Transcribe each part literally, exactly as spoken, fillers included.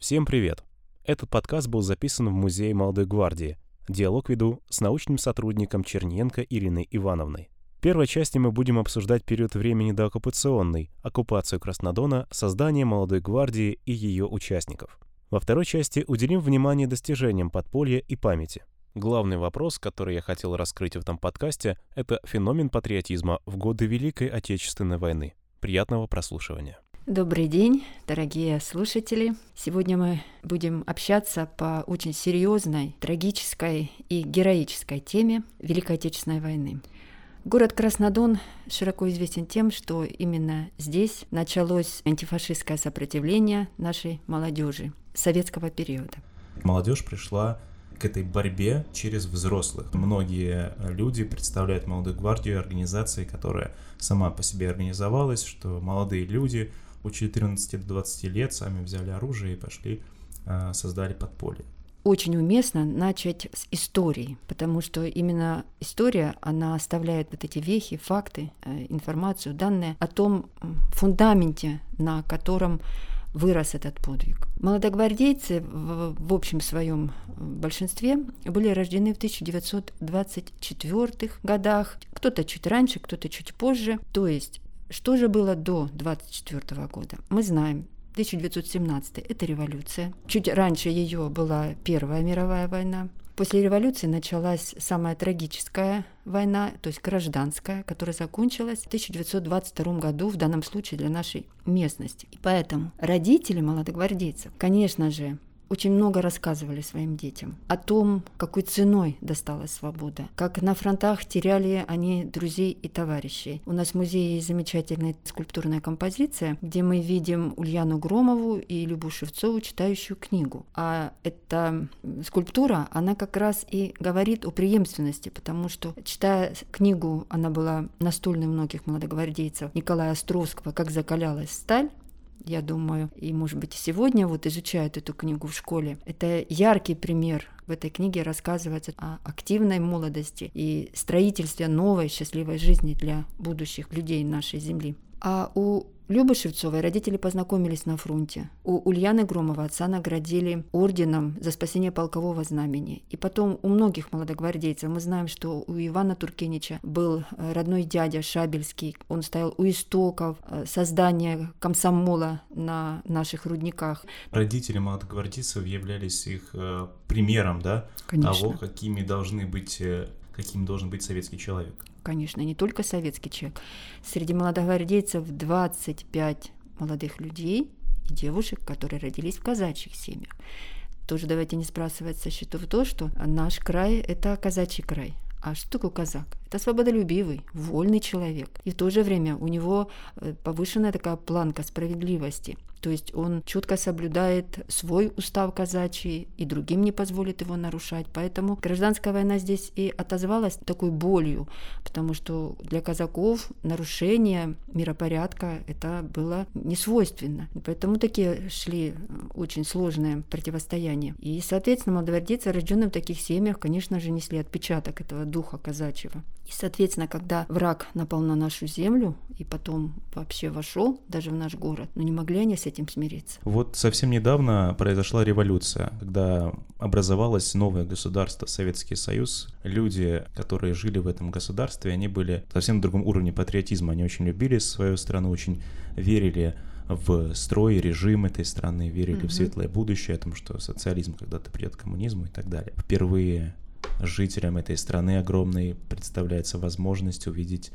Всем привет! Этот подкаст был записан в Музее молодой гвардии. Диалог веду с научным сотрудником Черниенко Ириной Ивановной. В первой части мы будем обсуждать период времени дооккупационный, оккупацию Краснодона, создание молодой гвардии и ее участников. Во второй части уделим внимание достижениям подполья и памяти. Главный вопрос, который я хотел раскрыть в этом подкасте, это феномен патриотизма в годы Великой Отечественной войны. Приятного прослушивания. Добрый день, дорогие слушатели. Сегодня мы будем общаться по очень серьезной, трагической и героической теме Великой Отечественной войны. Город Краснодон широко известен тем, что именно здесь началось антифашистское сопротивление нашей молодежи советского периода. Молодежь пришла к этой борьбе через взрослых. Многие люди представляют молодую гвардию, организации, которая сама по себе организовалась, что молодые люди от четырнадцати до двадцати лет сами взяли оружие и пошли, создали подполье. Очень уместно начать с истории, потому что именно история, она оставляет вот эти вехи, факты, информацию, данные о том фундаменте, на котором вырос этот подвиг. Молодогвардейцы в, в общем своем большинстве были рождены в тысяча девятьсот двадцать четвёртых годах, кто-то чуть раньше, кто-то чуть позже. То есть, что же было до двадцать четвёртого года? Мы знаем, тысяча девятьсот семнадцатый – это революция. Чуть раньше ее была Первая мировая война. После революции началась самая трагическая война, то есть гражданская, которая закончилась в тысяча девятьсот двадцать втором году, в данном случае для нашей местности. И поэтому родители молодогвардейцев, конечно же, очень много рассказывали своим детям о том, какой ценой досталась свобода, как на фронтах теряли они друзей и товарищей. У нас в музее есть замечательная скульптурная композиция, где мы видим Ульяну Громову и Любу Шевцову, читающую книгу. А эта скульптура, она как раз и говорит о преемственности, потому что, читая книгу, она была настольной многих молодогвардейцев, Николая Островского «Как закалялась сталь», я думаю, и, может быть, и сегодня вот изучают эту книгу в школе. Это яркий пример. В этой книге рассказывается о активной молодости и строительстве новой счастливой жизни для будущих людей нашей земли. А у Любы Шевцовой родители познакомились на фронте. У Ульяны Громовой отца наградили орденом за спасение полкового знамени. И потом у многих молодогвардейцев мы знаем, что у Ивана Туркенича был родной дядя Шабельский. Он стоял у истоков создания комсомола на наших рудниках. Родители молодогвардейцев являлись их э, примером, да, того, какими должны быть, каким должен быть советский человек. Конечно, не только советский человек. Среди молодогвардейцев двадцать пять молодых людей и девушек, которые родились в казачьих семьях. Тоже давайте не сбрасывать со счетов то, что наш край – это казачий край. А что такое казак? Это свободолюбивый, вольный человек. И в то же время у него повышенная такая планка справедливости. То есть он четко соблюдает свой устав казачий и другим не позволит его нарушать. Поэтому гражданская война здесь и отозвалась такой болью, потому что для казаков нарушение миропорядка это было не свойственно. И поэтому такие шли очень сложные противостояния. И, соответственно, молодогвардейцы, рожденные в таких семьях, конечно же, несли отпечаток этого духа казачьего. И, соответственно, когда враг напал на нашу землю и потом вообще вошел даже в наш город, но не могли они с этим смириться. Вот совсем недавно произошла революция, когда образовалось новое государство, Советский Союз. Люди, которые жили в этом государстве, они были совсем на другом уровне патриотизма. Они очень любили свою страну, очень верили в строй, режим этой страны, верили mm-hmm. в светлое будущее, о том, что социализм когда-то придет к коммунизму и так далее. Впервые жителям этой страны огромной представляется возможность увидеть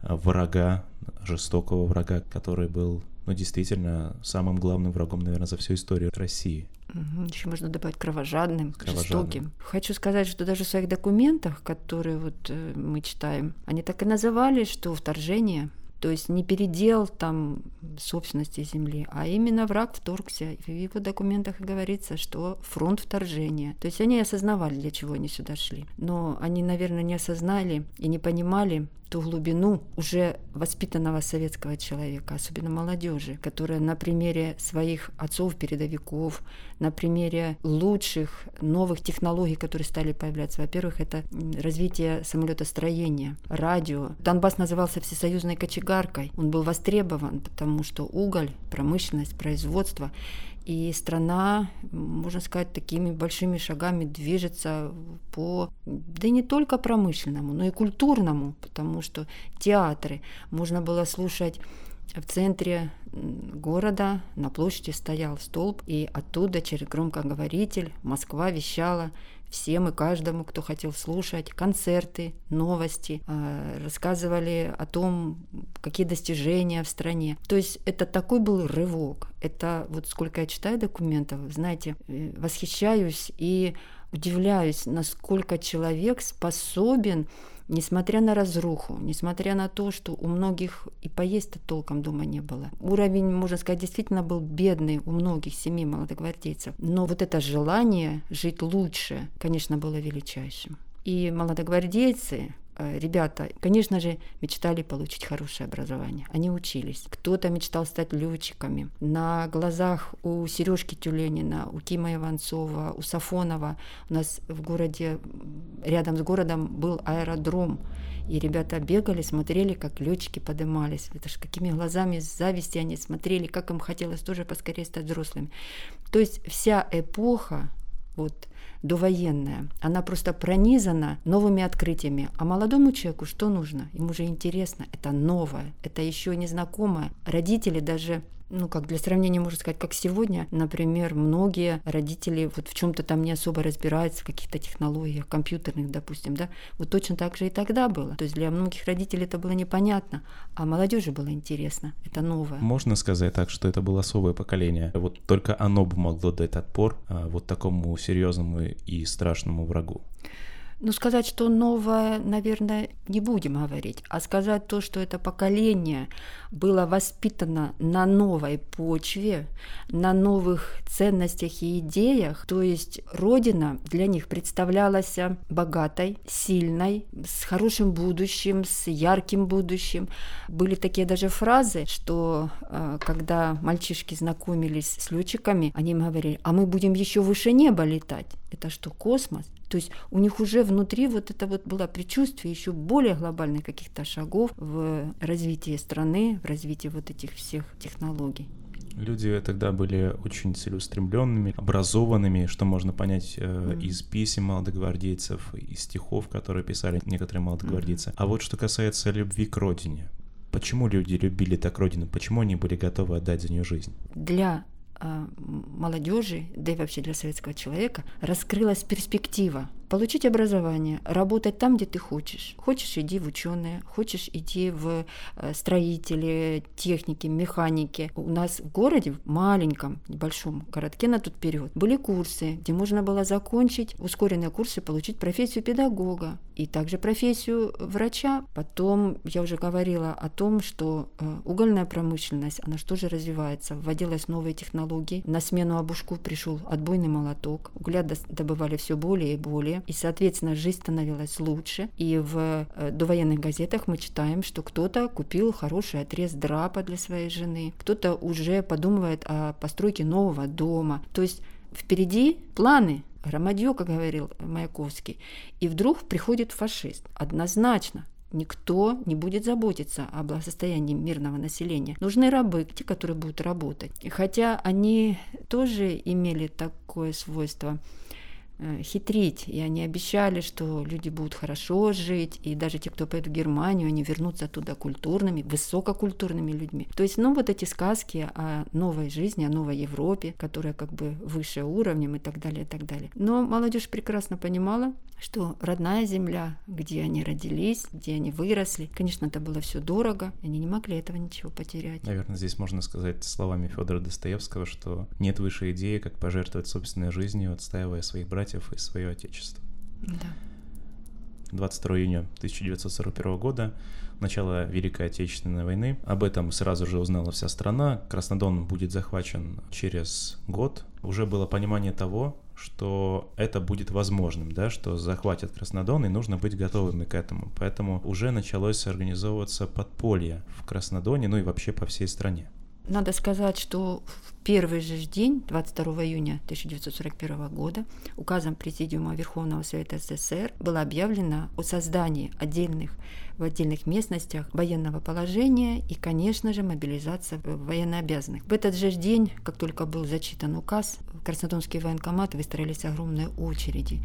врага, жестокого врага, который был, ну, действительно, самым главным врагом, наверное, за всю историю России. Угу. Еще можно добавить кровожадным, кровожадным, жестоким. Хочу сказать, что даже в своих документах, которые вот э, мы читаем, они так и называли, что вторжение. То есть не передел там собственности земли, а именно враг вторгся. В его документах говорится, что фронт вторжения. То есть они осознавали, для чего они сюда шли. Но они, наверное, не осознали и не понимали ту глубину уже воспитанного советского человека, особенно молодежи, которая на примере своих отцов-передовиков, на примере лучших новых технологий, которые стали появляться. Во-первых, это развитие самолетостроения, радио. Донбасс назывался всесоюзной кочегаркой. Он был востребован, потому что уголь, промышленность, производство И страна, можно сказать, такими большими шагами движется по, да и не только промышленному, но и культурному, потому что театры можно было слушать в центре города, на площади стоял столб, и оттуда через громкоговоритель Москва вещала всем и каждому, кто хотел слушать, концерты, новости, рассказывали о том, какие достижения в стране. То есть это такой был рывок. Это вот сколько я читаю документов, знаете, восхищаюсь и удивляюсь, насколько человек способен, несмотря на разруху, несмотря на то, что у многих и поесть-то толком дома не было. Уровень, можно сказать, действительно был бедный у многих семей молодогвардейцев. Но вот это желание жить лучше, конечно, было величайшим. И молодогвардейцы, ребята, конечно же, мечтали получить хорошее образование. Они учились. Кто-то мечтал стать летчиками. На глазах у Сережки Тюленина, у Кима Иванцова, у Сафонова у нас в городе, рядом с городом был аэродром. И ребята бегали, смотрели, как летчики поднимались. Это ж какими глазами с зависти они смотрели, как им хотелось тоже поскорее стать взрослыми. То есть вся эпоха, вот, довоенная, она просто пронизана новыми открытиями. А молодому человеку что нужно? Ему же интересно, это новое, это еще незнакомое. Родители даже, ну как для сравнения можно сказать, как сегодня, например, многие родители вот в чем-то там не особо разбираются, в каких-то технологиях, компьютерных, допустим, да, вот точно так же и тогда было. То есть для многих родителей это было непонятно, а молодежи было интересно, это новое. Можно сказать так, что это было особое поколение, вот только оно бы могло дать отпор а, вот такому серьезному и страшному врагу. Ну, сказать, что новое, наверное, не будем говорить, а сказать то, что это поколение было воспитано на новой почве, на новых ценностях и идеях, то есть Родина для них представлялась богатой, сильной, с хорошим будущим, с ярким будущим. Были такие даже фразы, что когда мальчишки знакомились с летчиками, они им говорили: а мы будем еще выше неба летать. Это что, космос? То есть у них уже внутри вот это вот было предчувствие еще более глобальных каких-то шагов в развитии страны, в развитии вот этих всех технологий. Люди тогда были очень целеустремленными, образованными, что можно понять э, mm-hmm. из писем молодогвардейцев, из стихов, которые писали некоторые молодогвардейцы. Mm-hmm. А вот что касается любви к родине. Почему люди любили так родину? Почему они были готовы отдать за нее жизнь? Для молодежи, да и вообще для советского человека, раскрылась перспектива получить образование, работать там, где ты хочешь. Хочешь — иди в ученые, хочешь — иди в строители, техники, механики. У нас в городе, в маленьком, небольшом городке на тот период, были курсы, где можно было закончить ускоренные курсы, получить профессию педагога и также профессию врача. Потом я уже говорила о том, что угольная промышленность, она что же развивается, вводилась новые технологии. На смену обушку пришел отбойный молоток, угля добывали все более и более. И, соответственно, жизнь становилась лучше. И в довоенных газетах мы читаем, что кто-то купил хороший отрез драпа для своей жены, кто-то уже подумывает о постройке нового дома. То есть впереди планы, громадье, как говорил Маяковский. И вдруг приходит фашист. Однозначно. Никто не будет заботиться о благосостоянии мирного населения. Нужны рабы, те, которые будут работать. И хотя они тоже имели такое свойство хитрить, и они обещали, что люди будут хорошо жить, и даже те, кто поедут в Германию, они вернутся оттуда культурными, высококультурными людьми. То есть, ну, вот эти сказки о новой жизни, о новой Европе, которая как бы выше уровнем и так далее, и так далее. Но молодежь прекрасно понимала, что родная земля, где они родились, где они выросли, конечно, это было все дорого, они не могли этого ничего потерять. Наверное, здесь можно сказать словами Федора Достоевского, что нет выше идеи, как пожертвовать собственной жизнью, отстаивая своих братьев и свое отечество. Да. двадцать второго июня тысяча девятьсот сорок первого года, начало Великой Отечественной войны. Об этом сразу же узнала вся страна. Краснодон будет захвачен через год. Уже было понимание того, что это будет возможным, да, что захватят Краснодон, и нужно быть готовыми к этому. Поэтому уже началось организовываться подполье в Краснодоне, ну и вообще по всей стране. Надо сказать, что в первый же день, двадцать второго июня тысяча девятьсот сорок первого года, указом Президиума Верховного Совета СССР было объявлено о создании отдельных, в отдельных местностях военного положения и, конечно же, мобилизация военнообязанных. В этот же день, как только был зачитан указ, в Краснодонский военкомат выстроились огромные очереди.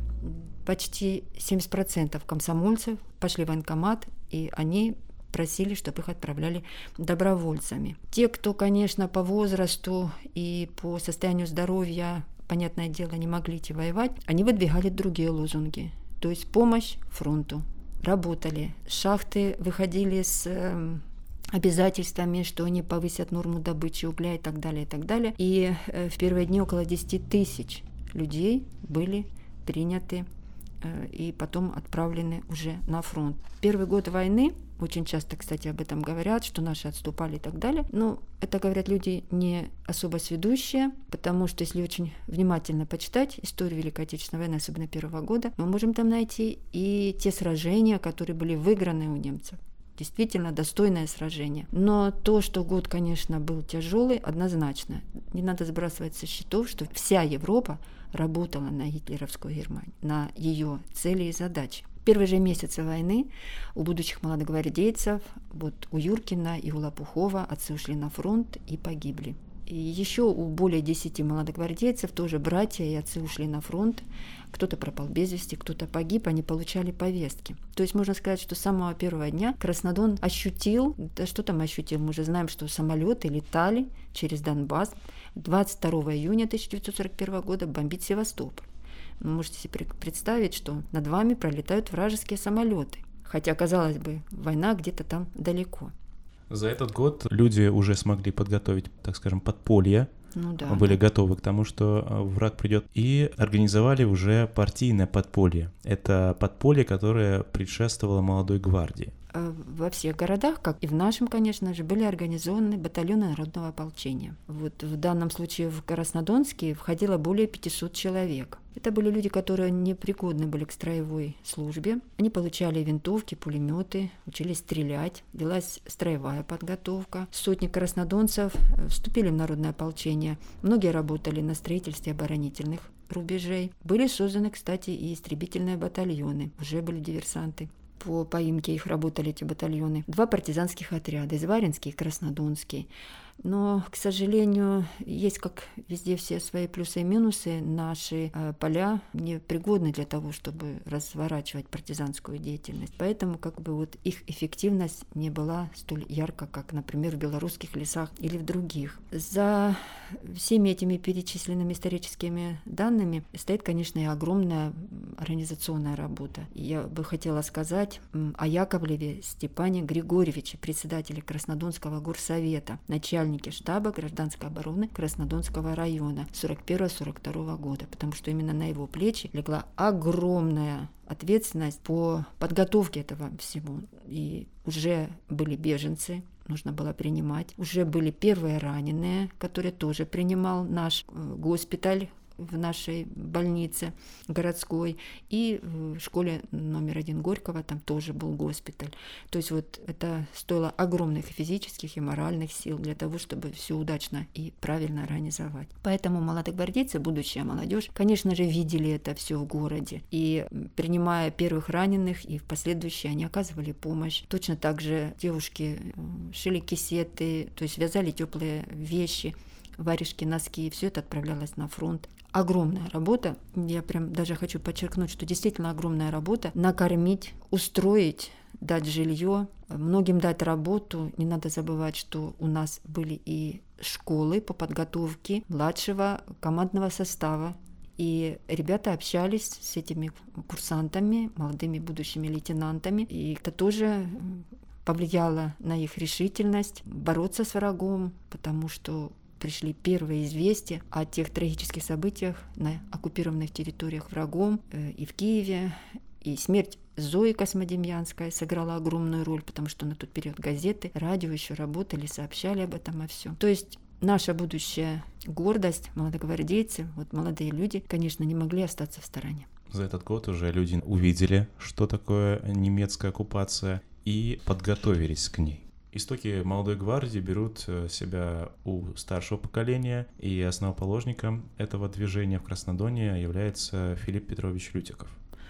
Почти семьдесят процентов комсомольцев пошли в военкомат, и они просили, чтобы их отправляли добровольцами. Те, кто, конечно, по возрасту и по состоянию здоровья, понятное дело, не могли идти воевать, они выдвигали другие лозунги, то есть помощь фронту. Работали. Шахты выходили с э, обязательствами, что они повысят норму добычи угля и так далее, и так далее. И э, в первые дни около десять тысяч людей были приняты э, и потом отправлены уже на фронт. Первый год войны, очень часто, кстати, об этом говорят, что наши отступали и так далее. Но это говорят люди не особо сведущие, потому что если очень внимательно почитать историю Великой Отечественной войны, особенно первого года, мы можем там найти и те сражения, которые были выиграны у немцев. Действительно достойное сражение. Но то, что год, конечно, был тяжелый, однозначно. Не надо сбрасывать со счетов, что вся Европа работала на гитлеровскую Германию, на ее цели и задачи. Первые же месяцы войны у будущих молодогвардейцев, вот у Юркина и у Лопухова, отцы ушли на фронт и погибли. И еще у более десяти молодогвардейцев тоже братья и отцы ушли на фронт. Кто-то пропал без вести, кто-то погиб, они получали повестки. То есть можно сказать, что с самого первого дня Краснодон ощутил, да что там ощутил, мы уже знаем, что самолеты летали через Донбасс. двадцать второго июня тысяча девятьсот сорок первого года бомбить Севастополь. Вы можете себе представить, что над вами пролетают вражеские самолеты. Хотя, казалось бы, война где-то там далеко. За этот год люди уже смогли подготовить, так скажем, подполье, ну, да, были да. готовы к тому, что враг придет, и организовали уже партийное подполье. Это подполье, которое предшествовало молодой гвардии. Во всех городах, как и в нашем, конечно же, были организованы батальоны народного ополчения. Вот в данном случае в Краснодонске входило более пятисот человек. Это были люди, которые непригодны были к строевой службе. Они получали винтовки, пулеметы, учились стрелять, велась строевая подготовка. Сотни краснодонцев вступили в народное ополчение. Многие работали на строительстве оборонительных рубежей. Были созданы, кстати, и истребительные батальоны. Уже были диверсанты. По поимке их работали эти батальоны. Два партизанских отряда, Изваринский и Краснодонский. Но, к сожалению, есть, как везде, все свои плюсы и минусы. Наши э, поля не пригодны для того, чтобы разворачивать партизанскую деятельность. Поэтому как бы вот их эффективность не была столь ярка, как, например, в белорусских лесах или в других. За всеми этими перечисленными историческими данными стоит, конечно, и огромная организационная работа. Я бы хотела сказать о Яковлеве Степане Григорьевиче, председателе Краснодонского горсовета, начальнике штаба гражданской обороны Краснодонского района сорок первого сорок второго года, потому что именно на его плечи легла огромная ответственность по подготовке этого всего. И уже были беженцы, нужно было принимать. Уже были первые раненые, которые тоже принимал наш госпиталь в нашей больнице городской, и в школе номер один Горького там тоже был госпиталь. То есть вот это стоило огромных физических и моральных сил для того, чтобы все удачно и правильно организовать. Поэтому молодогвардейцы, будущая молодежь, конечно же, видели это все в городе. И принимая первых раненых, и в последующие они оказывали помощь. Точно так же девушки шили кисеты, то есть вязали теплые вещи, варежки, носки, и все это отправлялось на фронт. Огромная работа, я прям даже хочу подчеркнуть, что действительно огромная работа, накормить, устроить, дать жилье, многим дать работу. Не надо забывать, что у нас были и школы по подготовке младшего командного состава, и ребята общались с этими курсантами, молодыми будущими лейтенантами, и это тоже повлияло на их решительность бороться с врагом, потому что пришли первые известия о тех трагических событиях на оккупированных территориях врагом и в Киеве. И смерть Зои Космодемьянской сыграла огромную роль, потому что на тот период газеты, радио еще работали, сообщали об этом о всем. То есть наша будущая гордость, молодогвардейцы, вот молодые люди, конечно, не могли остаться в стороне. За этот год уже люди увидели, что такое немецкая оккупация, и подготовились к ней. Истоки молодой гвардии берут себя у старшего поколения, и основоположником этого движения в Краснодоне является Филипп Петрович Лютиков.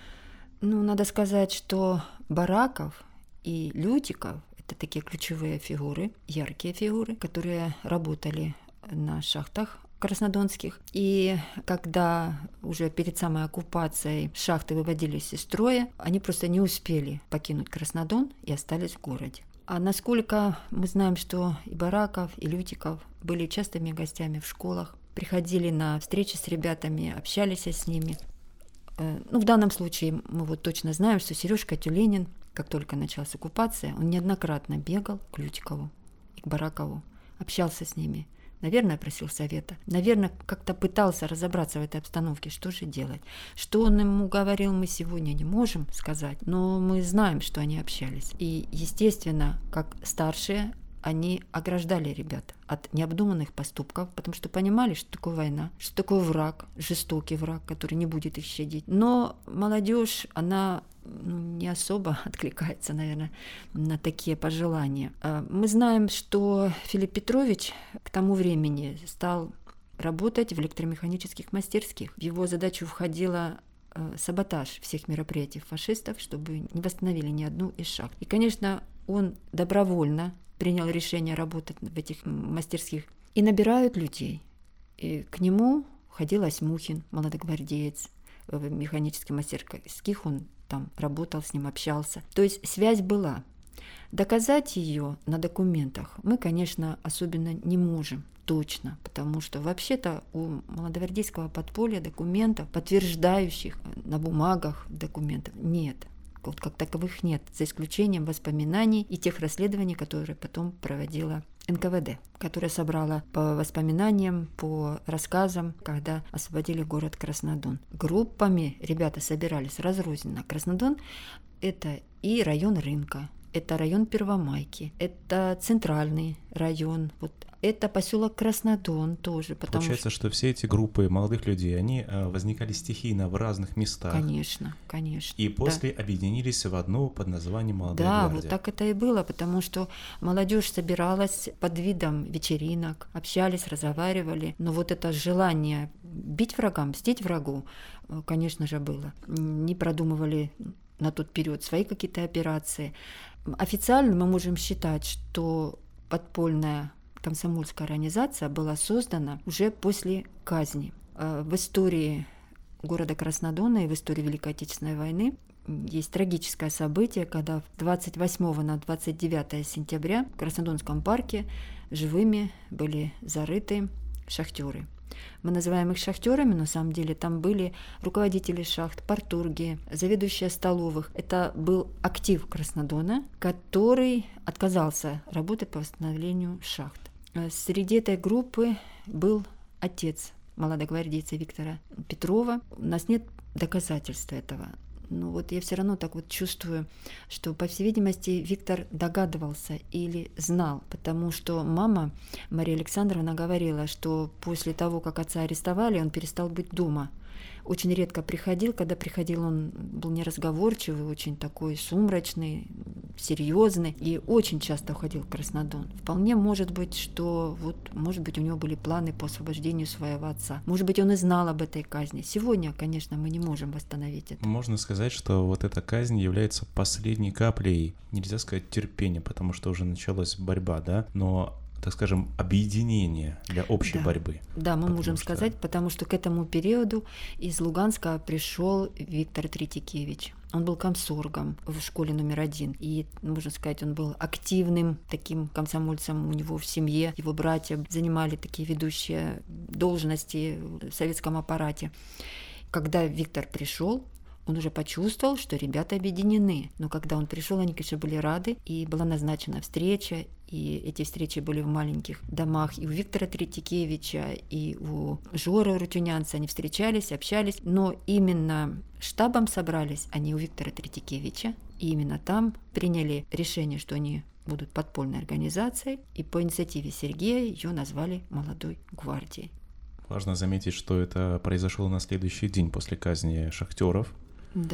Ну, надо сказать, что Бараков и Лютиков – это такие ключевые фигуры, яркие фигуры, которые работали на шахтах краснодонских. И когда уже перед самой оккупацией шахты выводились из строя, они просто не успели покинуть Краснодон и остались в городе. А насколько мы знаем, что и Бараков, и Лютиков были частыми гостями в школах, приходили на встречи с ребятами, общались с ними. Ну, в данном случае мы вот точно знаем, что Сережка Тюленин, как только началась оккупация, он неоднократно бегал к Лютикову и к Баракову, общался с ними. Наверное, просил совета. Наверное, как-то пытался разобраться в этой обстановке, что же делать. Что он ему говорил, мы сегодня не можем сказать, но мы знаем, что они общались. И, естественно, как старшие, они ограждали ребят от необдуманных поступков, потому что понимали, что такое война, что такое враг, жестокий враг, который не будет их щадить. Но молодежь, она ну, не особо откликается, наверное, на такие пожелания. Мы знаем, что Филипп Петрович к тому времени стал работать в электромеханических мастерских. В его задачу входило саботаж всех мероприятий фашистов, чтобы не восстановили ни одну из шахт. И, конечно, он добровольно принял решение работать в этих мастерских. И набирают людей. И к нему ходил Осьмухин, молодогвардеец, в механических мастерских он там работал, с ним общался. То есть связь была. Доказать ее на документах мы, конечно, особенно не можем. Точно, потому что вообще-то у молодогвардейского подполья документов, подтверждающих на бумагах документов, нет. Вот как таковых нет, за исключением воспоминаний и тех расследований, которые потом проводила эн ка вэ дэ, которая собрала по воспоминаниям, по рассказам, когда освободили город Краснодон. Группами ребята собирались разрозненно. Краснодон – это и район рынка, это район Первомайки, это центральный район, вот это поселок Краснодон тоже. Потому Получается, что... что все эти группы молодых людей, они возникали стихийно в разных местах. Конечно, конечно. И после да. объединились в одну под названием «Молодая да, гвардия». Вот так это и было, потому что молодежь собиралась под видом вечеринок, общались, разговаривали. Но вот это желание бить врага, мстить врагу, конечно же, было. Не продумывали на тот период свои какие-то операции. Официально мы можем считать, что подпольная комсомольская организация была создана уже после казни. В истории города Краснодона и в истории Великой Отечественной войны есть трагическое событие, когда двадцать восьмого на двадцать девятое сентября в Краснодонском парке живыми были зарыты шахтеры. Мы называем их шахтерами, но на самом деле там были руководители шахт, парторги, заведующие столовых. Это был актив Краснодона, который отказался работать по восстановлению шахт. Среди этой группы был отец молодогвардейца Виктора Петрова. У нас нет доказательств этого. Но вот я все равно так вот чувствую, что, по всей видимости, Виктор догадывался или знал, потому что мама Мария Александровна говорила, что после того, как отца арестовали, он перестал быть дома. Очень редко приходил, когда приходил, он был неразговорчивый, очень такой сумрачный, серьезный и очень часто уходил в Краснодон. Вполне может быть, что вот, может быть, у него были планы по освобождению своего отца. Может быть, он и знал об этой казни. Сегодня, конечно, мы не можем восстановить это. Можно сказать, что вот эта казнь является последней каплей, нельзя сказать терпения, потому что уже началась борьба, да, но, так скажем, объединение для общей да. борьбы. Да, мы потому можем что... сказать, потому что к этому периоду из Луганска пришел Виктор Третьякевич. Он был комсоргом в школе номер один. И, можно сказать, он был активным таким комсомольцем у него в семье. Его братья занимали такие ведущие должности в советском аппарате. Когда Виктор пришел, он уже почувствовал, что ребята объединены. Но когда он пришел, они, конечно, были рады, и была назначена встреча, и эти встречи были в маленьких домах. И у Виктора Третьякевича, и у Жоры Рутюнянца они встречались, общались. Но именно штабом собрались они у Виктора Третьякевича, и именно там приняли решение, что они будут подпольной организацией, и по инициативе Сергея ее назвали «Молодой гвардией». Важно заметить, что это произошло на следующий день после казни шахтеров. Да.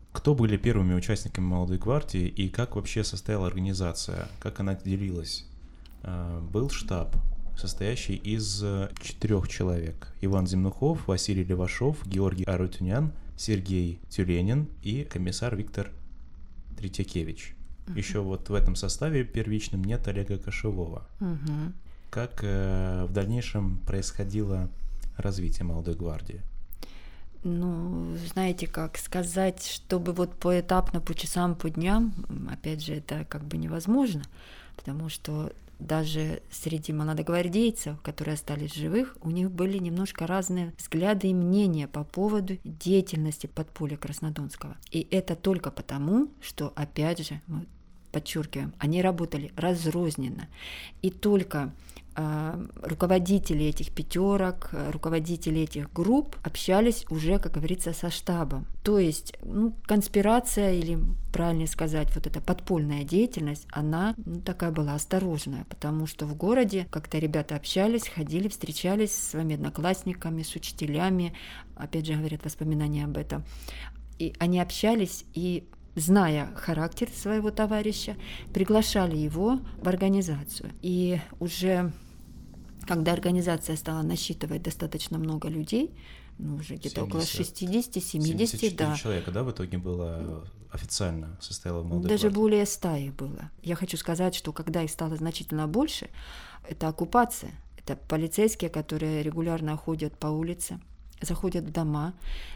Кто были первыми участниками «Молодой гвардии» и как вообще состояла организация, как она делилась? Был штаб, состоящий из четырех человек. Иван Земнухов, Василий Левашов, Георгий Арутюнян, Сергей Тюленин и комиссар Виктор Третьякевич. Uh-huh. Еще вот в этом составе первичном нет Олега Кошевого. Uh-huh. Как э, в дальнейшем происходило развитие «Молодой гвардии»? Ну, знаете, как сказать, чтобы вот поэтапно, по часам, по дням, опять же, это как бы невозможно, потому что даже среди молодогвардейцев, которые остались живых, у них были немножко разные взгляды и мнения по поводу деятельности подполья Краснодонского. И это только потому, что, опять же, мы подчеркиваем, они работали разрозненно. И только э, руководители этих пятерок, руководители этих групп общались уже, как говорится, со штабом. То есть, ну, конспирация, или, правильнее сказать, вот эта подпольная деятельность, она ну, такая была осторожная, потому что в городе как-то ребята общались, ходили, встречались с своими одноклассниками, с учителями, опять же, говорят воспоминания об этом. И они общались и, зная характер своего товарища, приглашали его в организацию. И уже когда организация стала насчитывать достаточно много людей, ну, уже где-то около шестьдесят-семьдесят, да. человека, да, в итоге было официально состояло в «Молодой Даже гвардии? более ста их было. Я хочу сказать, что когда их стало значительно больше, это оккупация, это полицейские, которые регулярно ходят по улице, заходят в дома,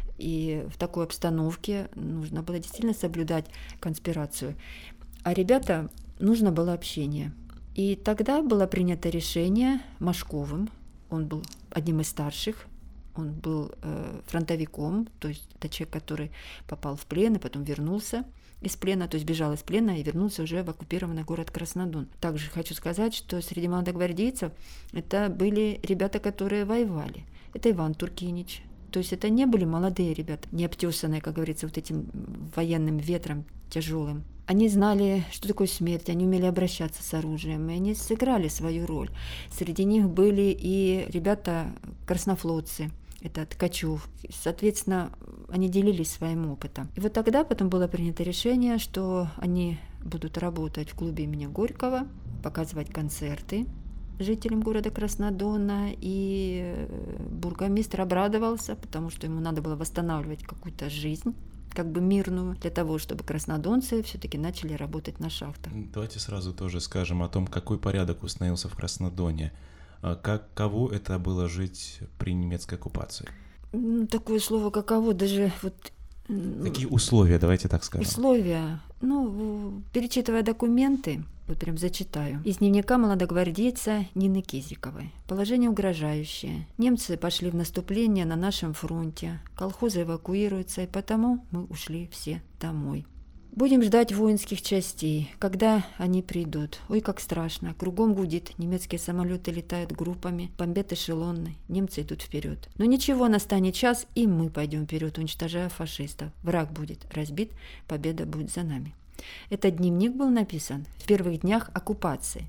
и в такой обстановке нужно было действительно соблюдать конспирацию. А ребята, нужно было общение. И тогда было принято решение Машковым, он был одним из старших, он был э, фронтовиком, то есть это человек, который попал в плен и потом вернулся из плена, то есть бежал из плена и вернулся уже в оккупированный город Краснодон. Также хочу сказать, что среди молодогвардейцев это были ребята, которые воевали. Это Иван Туркинич. То есть это не были молодые ребята, не обтесанные, как говорится, вот этим военным ветром тяжелым. Они знали, что такое смерть, они умели обращаться с оружием, и они сыграли свою роль. Среди них были и ребята-краснофлотцы, это Ткачев. Соответственно, они делились своим опытом. И вот тогда потом было принято решение, что они будут работать в клубе имени Горького, показывать концерты жителям города Краснодона, и бургомистр обрадовался, потому что ему надо было восстанавливать какую-то жизнь, как бы мирную, для того, чтобы краснодонцы все-таки начали работать на шахтах. Давайте сразу тоже скажем о том, какой порядок установился в Краснодоне. Каково это было жить при немецкой оккупации? Такое слово «каково» даже вот... Какие условия, давайте так скажем? Условия, ну, перечитывая документы, вот прям зачитаю. Из дневника молодогвардейца Нины Кизиковой. Положение угрожающее. Немцы пошли в наступление на нашем фронте. Колхозы эвакуируются, и потому мы ушли все домой. Будем ждать воинских частей, когда они придут. Ой, как страшно. Кругом гудит. Немецкие самолеты летают группами, бомбят эшелоны. Немцы идут вперед. Но ничего, настанет час, и мы пойдем вперед, уничтожая фашистов. Враг будет разбит, победа будет за нами. Этот дневник был написан в первых днях оккупации,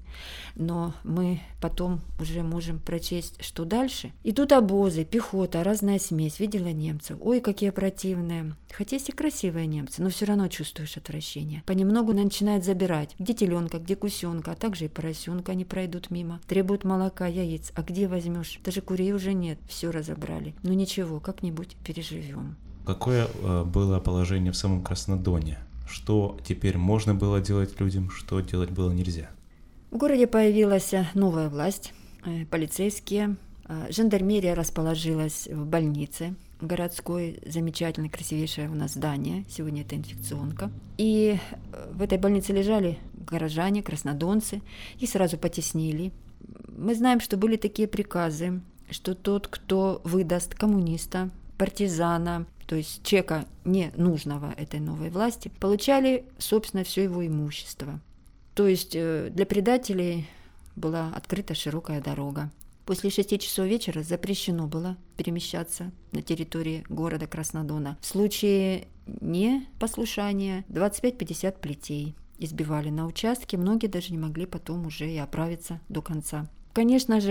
но мы потом уже можем прочесть, что дальше. Идут обозы, пехота, разная смесь. Видела немцев. Ой, какие противные. Хотя есть и красивые немцы, но все равно чувствуешь отвращение. Понемногу начинают забирать. Где теленка, где гусенка, а также и поросенка они пройдут мимо. Требуют молока, яиц. А где возьмешь? Даже курей уже нет. Все разобрали. Ну ничего, как-нибудь переживем. Какое э, было положение в самом Краснодоне? Что теперь можно было делать людям, что делать было нельзя? В городе появилась новая власть, полицейские, жандармерия расположилась в больнице городской, замечательное, красивейшее у нас здание, сегодня это инфекционка. И в этой больнице лежали горожане, краснодонцы, их сразу потеснили. Мы знаем, что были такие приказы, что тот, кто выдаст коммуниста, партизана, то есть человека не нужного этой новой власти, получали, собственно, все его имущество. То есть для предателей была открыта широкая дорога. После шести часов вечера запрещено было перемещаться на территории города Краснодона. В случае непослушания двадцать пять-пятьдесят плетей избивали на участке, многие даже не могли потом уже и оправиться до конца. Конечно же,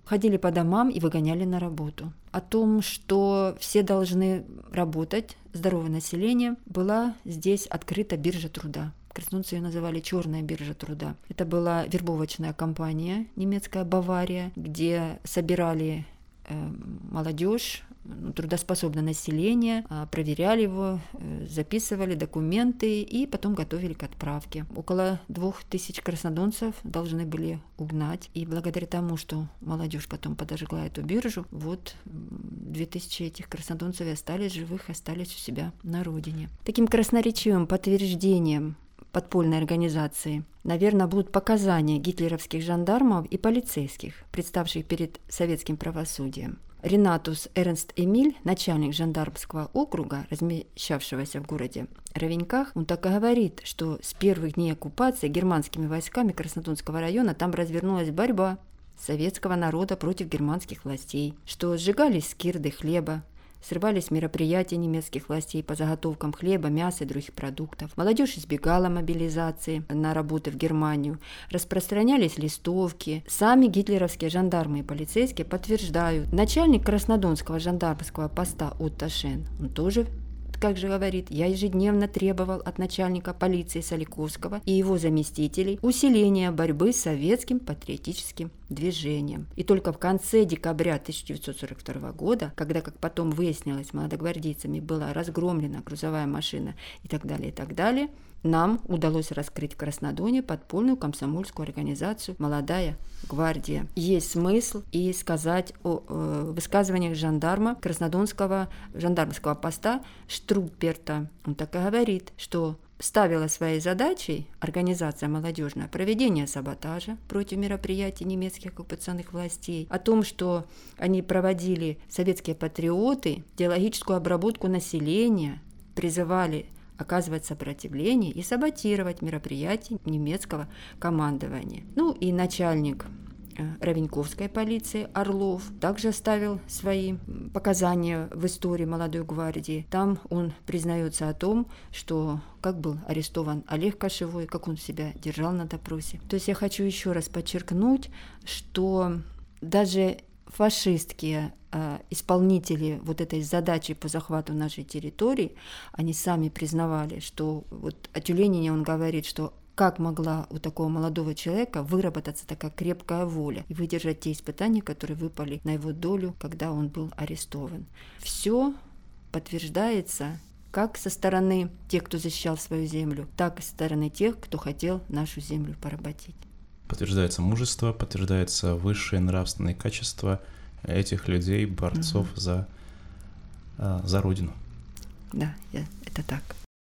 ходили по домам и выгоняли на работу. О том, что все должны работать, здоровое население, была здесь открыта биржа труда. Краснодонцы ее называли «Черная биржа труда». Это была вербовочная компания немецкая «Бавария», где собирали э, молодежь, трудоспособное население, проверяли его, записывали документы и потом готовили к отправке. Около двух тысяч краснодонцев должны были угнать. И благодаря тому, что молодежь потом подожгла эту биржу, вот две тысячи этих краснодонцев и остались живых, остались у себя на родине. Таким красноречивым подтверждением подпольной организации, наверное, будут показания гитлеровских жандармов и полицейских, представших перед советским правосудием. Ренатус Эрнст Эмиль, начальник жандармского округа, размещавшегося в городе Ровеньках, он так и говорит, что с первых дней оккупации германскими войсками Краснодонского района там развернулась борьба советского народа против германских властей, что сжигались скирды хлеба, срывались мероприятия немецких властей по заготовкам хлеба, мяса и других продуктов. Молодежь избегала мобилизации на работы в Германию. Распространялись листовки. Сами гитлеровские жандармы и полицейские подтверждают. Начальник краснодонского жандармского поста Отто Шен, он тоже, как же говорит, я ежедневно требовал от начальника полиции Соликовского и его заместителей усиления борьбы с советским патриотическим движением. И только в конце декабря тысяча девятьсот сорок второго года, когда, как потом выяснилось, молодогвардейцами была разгромлена грузовая машина и так далее, и так далее, нам удалось раскрыть в Краснодоне подпольную комсомольскую организацию «Молодая гвардия». Есть смысл и сказать о э, высказываниях жандарма краснодонского жандармского поста Штрубперта. Он так и говорит, что ставила своей задачей организация молодежная проведение саботажа против мероприятий немецких оккупационных властей, о том, что они проводили советские патриоты идеологическую обработку населения, призывали оказывать сопротивление и саботировать мероприятия немецкого командования. Ну и начальник Ровеньковской полиции Орлов также оставил свои показания в истории молодой гвардии. Там он признается о том, что как был арестован Олег Кошевой, как он себя держал на допросе. То есть я хочу еще раз подчеркнуть, что даже фашистские э, исполнители вот этой задачи по захвату нашей территории, они сами признавали, что вот о Тюленине он говорит, что как могла у такого молодого человека выработаться такая крепкая воля и выдержать те испытания, которые выпали на его долю, когда он был арестован. Все подтверждается как со стороны тех, кто защищал свою землю, так и со стороны тех, кто хотел нашу землю поработить. Подтверждается мужество, подтверждается высшие нравственные качества этих людей, борцов угу. за, за Родину. Да, это так.